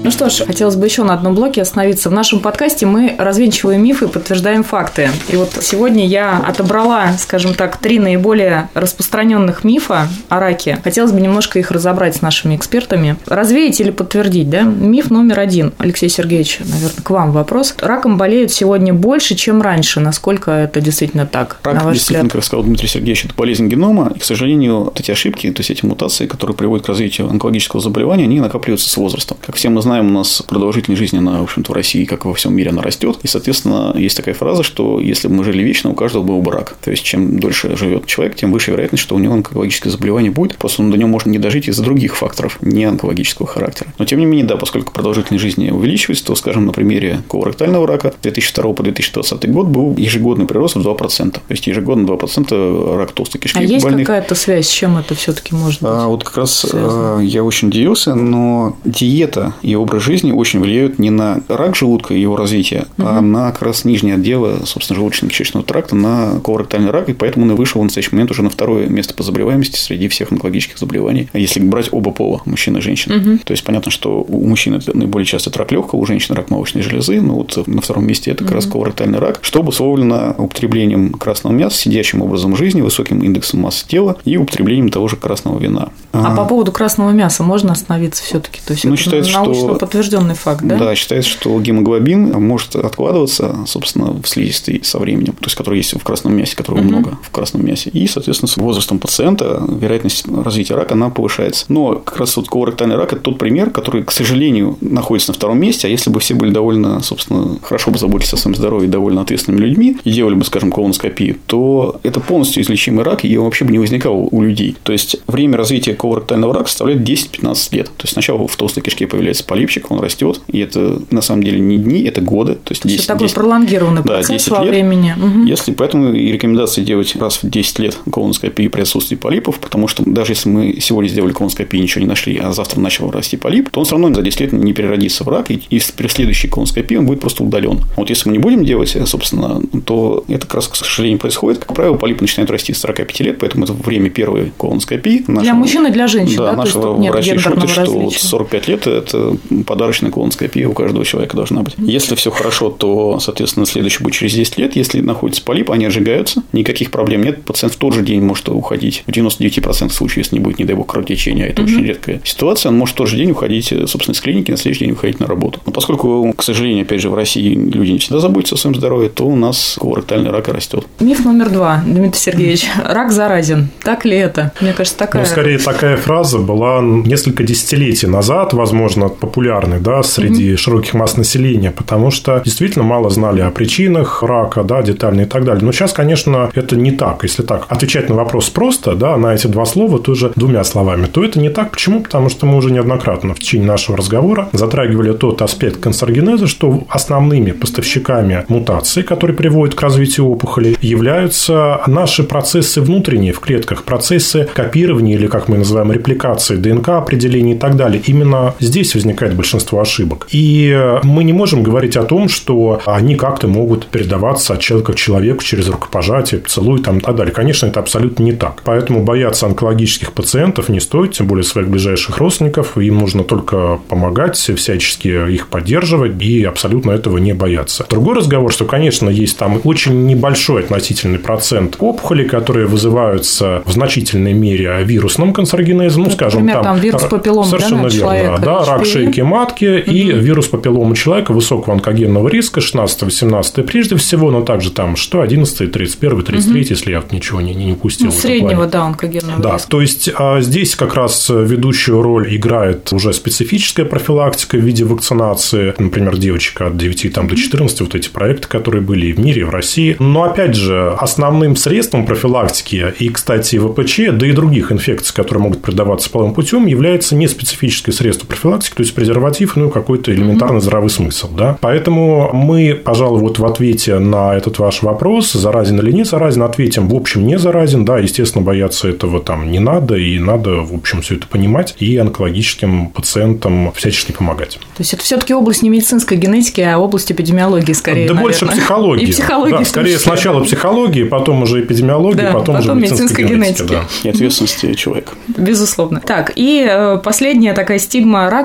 Ну что ж, хотелось бы еще на одном блоке остановиться. В нашем подкасте мы развенчиваем мифы и подтверждаем факты. И вот сегодня я отобрала, скажем так, 3 наиболее распространенных мифа о раке. Хотелось бы немножко их разобрать с нашими экспертами. Развеять или подтвердить, да? Миф номер 1. Алексей Сергеевич, наверное, к вам вопрос. Раком болеют сегодня больше, чем раньше. Насколько это действительно так? Рак, действительно, как сказал Дмитрий Сергеевич, это болезнь генома. И, к сожалению, вот эти ошибки, то есть эти мутации, которые приводят к развитию онкологического заболевания, они накапливаются с возрастом. Как все мы знаем, у нас продолжительность жизни, она, в общем-то, в России, как и во всем мире, она растет. И, соответственно, есть такая фраза, что если бы мы жили вечно, у каждого был бы рак. То есть, чем дольше живет человек, тем выше вероятность, что у него онкологическое заболевание будет. Просто до него можно не дожить из-за других факторов, не онкологического характера. Но, тем не менее, да, поскольку продолжительность жизни увеличивается, то, скажем, на примере колоректального рака 2002 по 2020 год был ежегодный прирост в 2%. То есть, ежегодно 2% рак толстой кишки. А есть какая-то связь? С чем это все-таки может быть? Вот как раз я очень удивился, но диета и образ жизни очень влияют не на рак желудка и его развитие, а на как раз нижнее отдело, собственно, желудочно-кишечного тракта, на колоректальный рак, и поэтому он вышел в настоящий момент уже на 2-е место по заболеваемости среди всех онкологических заболеваний, если брать оба пола, мужчин и женщин. То есть, понятно, что у мужчин это наиболее часто рак легкого, у женщин рак молочной железы, но вот на 2-м месте это как раз колоректальный рак, что обусловлено употреблением красного мяса, сидячим образом жизни, высоким индексом массы тела и употреблением того же красного вина. А по поводу красного мяса можно остановиться все-таки? То есть, это считается, научно подтвержденный факт, да? Да, считается, что гемотглобин может откладываться, собственно, в слизистой со временем, то есть, который есть в красном мясе, которого много в красном мясе. И, соответственно, с возрастом пациента вероятность развития рака, она повышается. Но как раз вот колоректальный рак – это тот пример, который, к сожалению, находится на 2-м месте, а если бы все были довольно, собственно, хорошо бы заботились о своем здоровье, довольно ответственными людьми и делали бы, скажем, колоноскопию, то это полностью излечимый рак, и он вообще бы не возникал у людей. То есть, время развития колоректального рака составляет 10-15 лет. То есть, сначала в толстой кишке появляется полипчик, он растет, и это на самом деле не дни, это годы. То есть, 10, это такой пролонгированный процесс во времени. Если, поэтому и рекомендация делать раз в 10 лет колоноскопию при отсутствии полипов, потому что даже если мы сегодня сделали колоноскопию и ничего не нашли, а завтра начал расти полип, то он все равно за 10 лет не переродится в рак, и при следующей колоноскопии он будет просто удален. Вот если мы не будем делать, собственно, то это как раз, к сожалению, происходит. Как правило, полипы начинают расти с 45 лет, поэтому это время первой колоноскопии. Для мужчин и для женщин, да? Нашего врача шутит, что вот 45 лет – это подарочная колоноскопия у каждого человека должна быть. Если все хорошо, то, соответственно, следующий будет через 10 лет. Если находится полип, они отжигаются, никаких проблем нет. Пациент в тот же день может уходить. В 99% случаев, если не будет, не дай бог, кровотечения, это очень редкая ситуация, он может в тот же день уходить, собственно, из клиники, на следующий день уходить на работу. Но поскольку, к сожалению, опять же, в России люди не всегда заботятся о своем здоровье, то у нас колоректальный рак растет. Миф номер 2, Дмитрий Сергеевич. Рак заразен. Так ли это? Мне кажется, такая... скорее, такая фраза была несколько десятилетий назад, возможно, популярной, да, среди широких масс населения, потому что действительно мало знали о причинах рака, да, детально и так далее. Но сейчас, конечно, это не так. Если так отвечать на вопрос просто, да, на эти 2 слова, тоже 2 словами, то это не так. Почему? Потому что мы уже неоднократно в течение нашего разговора затрагивали тот аспект канцерогенеза, что основными поставщиками мутаций, которые приводят к развитию опухолей, являются наши процессы внутренние в клетках, процессы копирования или, как мы называем, репликации ДНК, определения и так далее. Именно здесь возникает большинство ошибок. И мы не можем говорить о том, что они как-то могут передаваться от человека к человеку через рукопожатие, поцелуй там, и так далее. Конечно, это абсолютно не так. Поэтому бояться онкологических пациентов не стоит, тем более своих ближайших родственников. Им нужно только помогать, всячески их поддерживать и абсолютно этого не бояться. Другой разговор, что, конечно, есть там очень небольшой относительный процент опухолей, которые вызываются в значительной мере вирусным канцерогенезом. Ну, скажем, например, там вирус папилломы, совершенно да, верно. Да, рак шейки матки и вирус папилломы человека высокого онкогенного риска 16-18 прежде всего, но также там что 11, 31, 33, если я ничего не упустил. Среднего, да, онкогенного риска. То есть, здесь как раз ведущую роль играет уже специфическая профилактика в виде вакцинации. Например, девочек от 9 до 14, вот эти проекты, которые были и в мире, и в России. Но, опять же, основным средством профилактики и, кстати, ВПЧ, да и других инфекций, которые могут передаваться половым путем, является не специфическое средство профилактики, то есть презерватив, ну, какой-то элементарный здравый смысл. Да? Поэтому мы, пожалуй, вот в ответе на этот ваш вопрос, заразен или не заразен, ответим, в общем, не заразен. Да, естественно, бояться этого там не надо, и надо, в общем, все это понимать и онкологическим пациентам всячески помогать. То есть, это все-таки область не медицинской генетики, а область эпидемиологии, скорее, да, больше психологии. И психологии. Да, скорее, сначала психологии, потом уже эпидемиологии, да, потом уже медицинской генетики. Да. И ответственности человека. Безусловно. Так, и последняя такая стигма: рак – это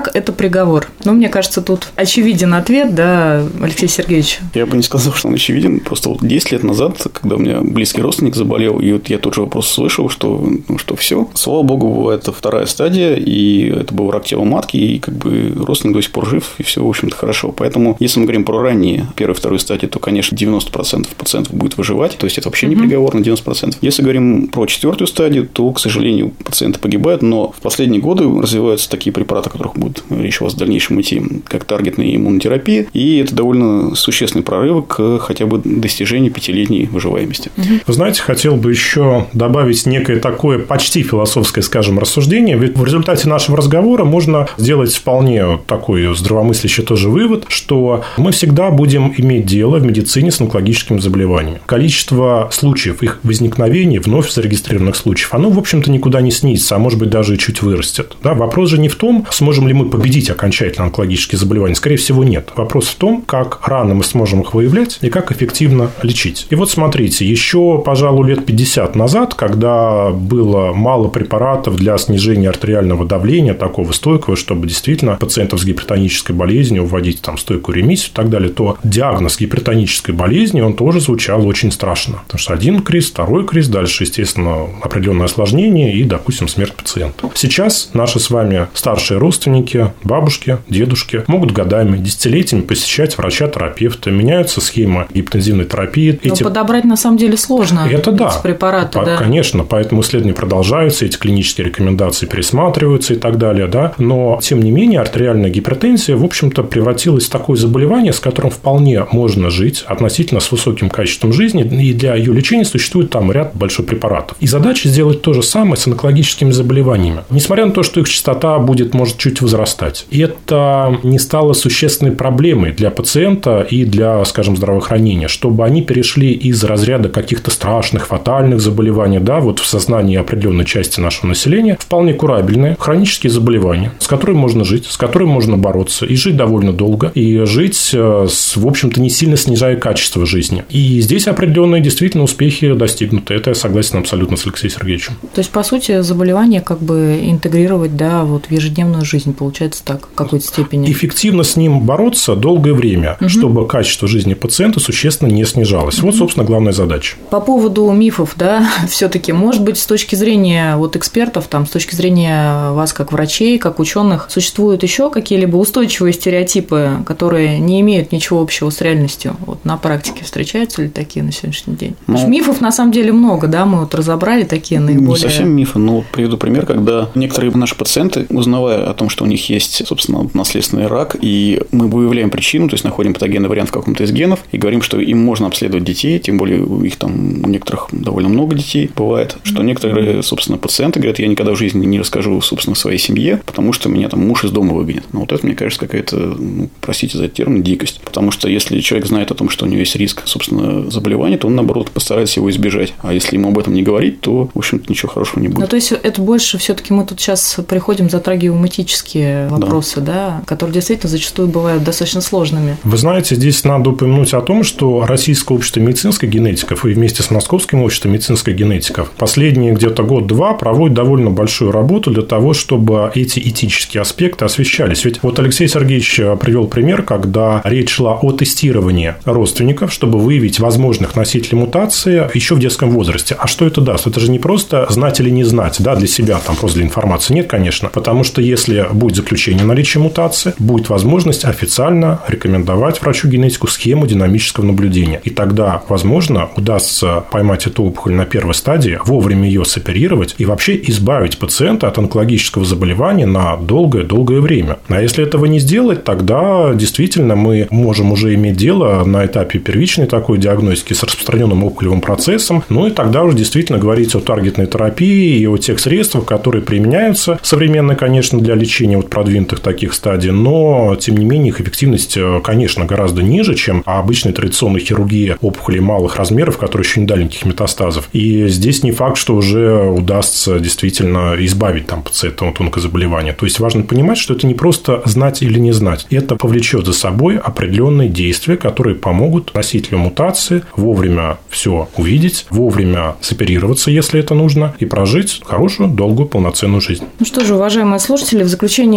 приговор? Ну, мне кажется, тут очевиден ответ, да, Алексей Сергеевич? Я бы не сказал, что он очевиден. Просто 10 лет назад, когда у меня близкий родственник заболел, и вот я тот же вопрос слышал, что все. Слава богу, это вторая стадия, и это был рак тела матки, и родственник до сих пор жив, и все, в общем-то, хорошо. Поэтому, если мы говорим про ранние первую и вторую стадии, то, конечно, 90% пациентов будет выживать, то есть это вообще не приговор на 90%. Если говорим про четвертую стадию, то, к сожалению, пациенты погибают, но в последние годы развиваются такие препараты, о которых будет речь у вас в дальнейшем идти, как таргетная иммунотерапия, и это довольно существенный прорыв к хотя бы достижению 5-летней выживаемости. Вы знаете, хотел бы еще добавить некое такое почти философское, скажем, рассуждение, ведь в результате нашего разговора можно сделать вполне такой здравомыслящий тоже вывод, что мы всегда будем иметь дело в медицине с онкологическими заболеваниями. Количество случаев их возникновения, вновь зарегистрированных случаев, оно, в общем-то, никуда не снизится, а может быть, даже и чуть вырастет. Да? Вопрос же не в том, сможем ли мы победить окончательно онкологические заболевания. Скорее всего, нет. Вопрос в том, как рано мы сможем их выявлять и как эффективно лечить. И вот смотрите, еще, пожалуй, лет 50 назад, когда было мало препаратов для снижения артериального давления, такого стойкого, чтобы действительно пациентов с гипертонической болезнью вводить там стойкую ремиссию и так далее, то диагноз гипертонической болезни, он тоже звучал очень страшно. Потому что один крест, второй крест, дальше, естественно, определенное осложнение и, допустим, смерть пациента. Сейчас наши с вами старшие родственники, бабушки, дедушки могут годами, десятилетиями посещать врача-терапевта, меняются схемы гипотензивной терапии. Но подобрать на самом деле сложно. Это да. Препараты, да. Конечно, поэтому исследования продолжаются, эти клинические рекомендации пересматриваются и так далее, да. Но, тем не менее, артериальная гипертензия, в общем-то, превратилась в такое заболевание, с которым вполне можно жить относительно с высоким качеством жизни, и для ее лечения существует там ряд больших препаратов. И задача сделать то же самое с онкологическими заболеваниями. Несмотря на то, что их частота может чуть возрастать. И это не стало существенной проблемой для пациента и для, скажем, здравоохранения, чтобы они перешли из разряда каких-то страшных, фатальных заболеваний, да, вот в сознании определенной части нашего населения, вполне курабельные хронические заболевания, с которыми можно жить, с которыми можно бороться, и жить довольно долго, и жить, в общем-то, не сильно снижая качество жизни. И здесь определенные действительно успехи достигнуты. Это я согласен абсолютно с Алексеем Сергеевичем. То есть, по сути, заболевание интегрировать, да, вот в ежедневную жизнь, получается так, в какой-то степени. Эффективно с ним бороться долгое время, чтобы качество жизни пациента существенно не снижалось. Вот, собственно, главная задача. По поводу мифов, да, все-таки, может быть, с точки зрения экспертов, с точки зрения вас как врачей, как ученых, существуют еще какие-либо устойчивые стереотипы, которые не имеют ничего общего с реальностью? Вот на практике встречаются ли такие на сегодняшний день? Мифов на самом деле много, да, мы разобрали такие наиболее. Не совсем мифы, но приведу пример, когда некоторые наши пациенты, узнавая о том, что у них есть, собственно, наследственный рак, и мы выявляем причину, то есть находим патогенный вариант в каком-то из генов, и говорим, что им можно обследовать детей, тем более у некоторых довольно много детей бывает, что некоторые, собственно, пациенты говорят, я никогда в жизни не расскажу, собственно, своей семье, потому что меня муж из дома выгонит. Но вот это, мне кажется, какая-то, простите за этот термин, дикость. Потому что если человек знает о том, что у него есть риск, собственно, заболевания, то он, наоборот, постарается его избежать. А если ему об этом не говорить, то, в общем-то, ничего хорошего не будет. Ну, то есть, это больше все-таки мы тут сейчас затрагиваем этические вопросы, да, которые действительно зачастую бывают достаточно сложными. Вы знаете, здесь надо упомянуть о том, что Российское общество медицинских генетиков и вместе с Московским обществом медицинских генетиков последние где-то год-два проводят довольно большую работу для того, чтобы эти этические аспекты освещались. Ведь вот Алексей Сергеевич привел пример, когда речь шла о тестировании родственников, чтобы выявить возможных носителей мутации еще в детском возрасте. А что это даст? Это же не просто знать или не знать, да, для себя, просто для информации. Нет, конечно. Потому что если будет заключение наличия мутации, будет возможность официально рекомендовать врачу-генетику схему динамического наблюдения. И тогда, возможно, удастся поймать эту опухоль на первой стадии, вовремя ее соперировать и вообще избавить пациента от онкологического заболевания на долгое-долгое время. А если этого не сделать, тогда действительно мы можем уже иметь дело на этапе первичной такой диагностики с распространенным опухолевым процессом, и тогда уже действительно говорить о таргетной терапии и о тех средствах, которые применяются современно, конечно, для лечения продвинутых таких стадий, но, тем не менее, их эффективность, конечно, гораздо ниже, чем обычная традиционная хирургия опухолей малых размеров, которые еще недалеких метастазов. И здесь не факт, что уже удастся действительно избавить пациента от онкозаболевания. То есть, важно понимать, что это не просто знать или не знать. Это повлечет за собой определенные действия, которые помогут носителю мутации вовремя все увидеть, вовремя соперироваться, если это нужно, и прожить хорошую, долгую, полноценную жизнь. Ну что же, уважаемые слушатели, в заключение хотел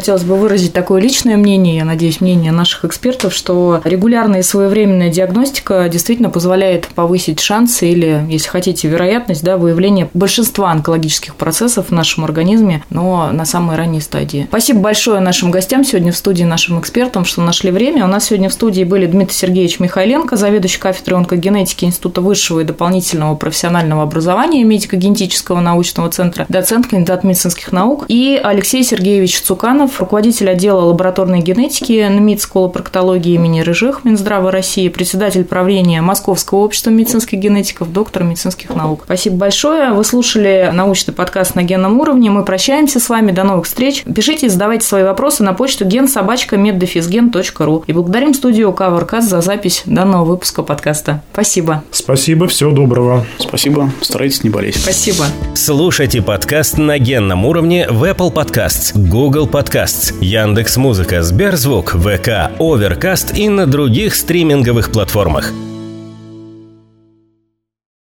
хотелось бы выразить такое личное мнение, я надеюсь, мнение наших экспертов, что регулярная и своевременная диагностика действительно позволяет повысить шансы или, если хотите, вероятность выявления большинства онкологических процессов в нашем организме, но на самой ранней стадии. Спасибо большое нашим гостям сегодня в студии, нашим экспертам, что нашли время. У нас сегодня в студии были Дмитрий Сергеевич Михайленко, заведующий кафедрой онкогенетики Института высшего и дополнительного профессионального образования медико-генетического научного центра, доцент, кандидат медицинских наук, и Алексей Сергеевич Цуканов, руководитель отдела лабораторной генетики НМИД сколопроктологии имени Рыжих Минздрава России, председатель правления Московского общества медицинских генетиков, доктор медицинских наук. Спасибо большое. Вы слушали научный подкаст «На генном уровне». Мы прощаемся с вами. До новых встреч. Пишите и задавайте свои вопросы на почту gen@meddefisgen.ru. И благодарим студию CoverCast за запись данного выпуска подкаста. Спасибо. Спасибо. Всего доброго. Спасибо. Старайтесь не болеть. Спасибо. Слушайте подкаст «На генном уровне» в Apple Podcasts, Google Podcasts, Яндекс.Музыка, Сберзвук, ВК, Overcast и на других стриминговых платформах.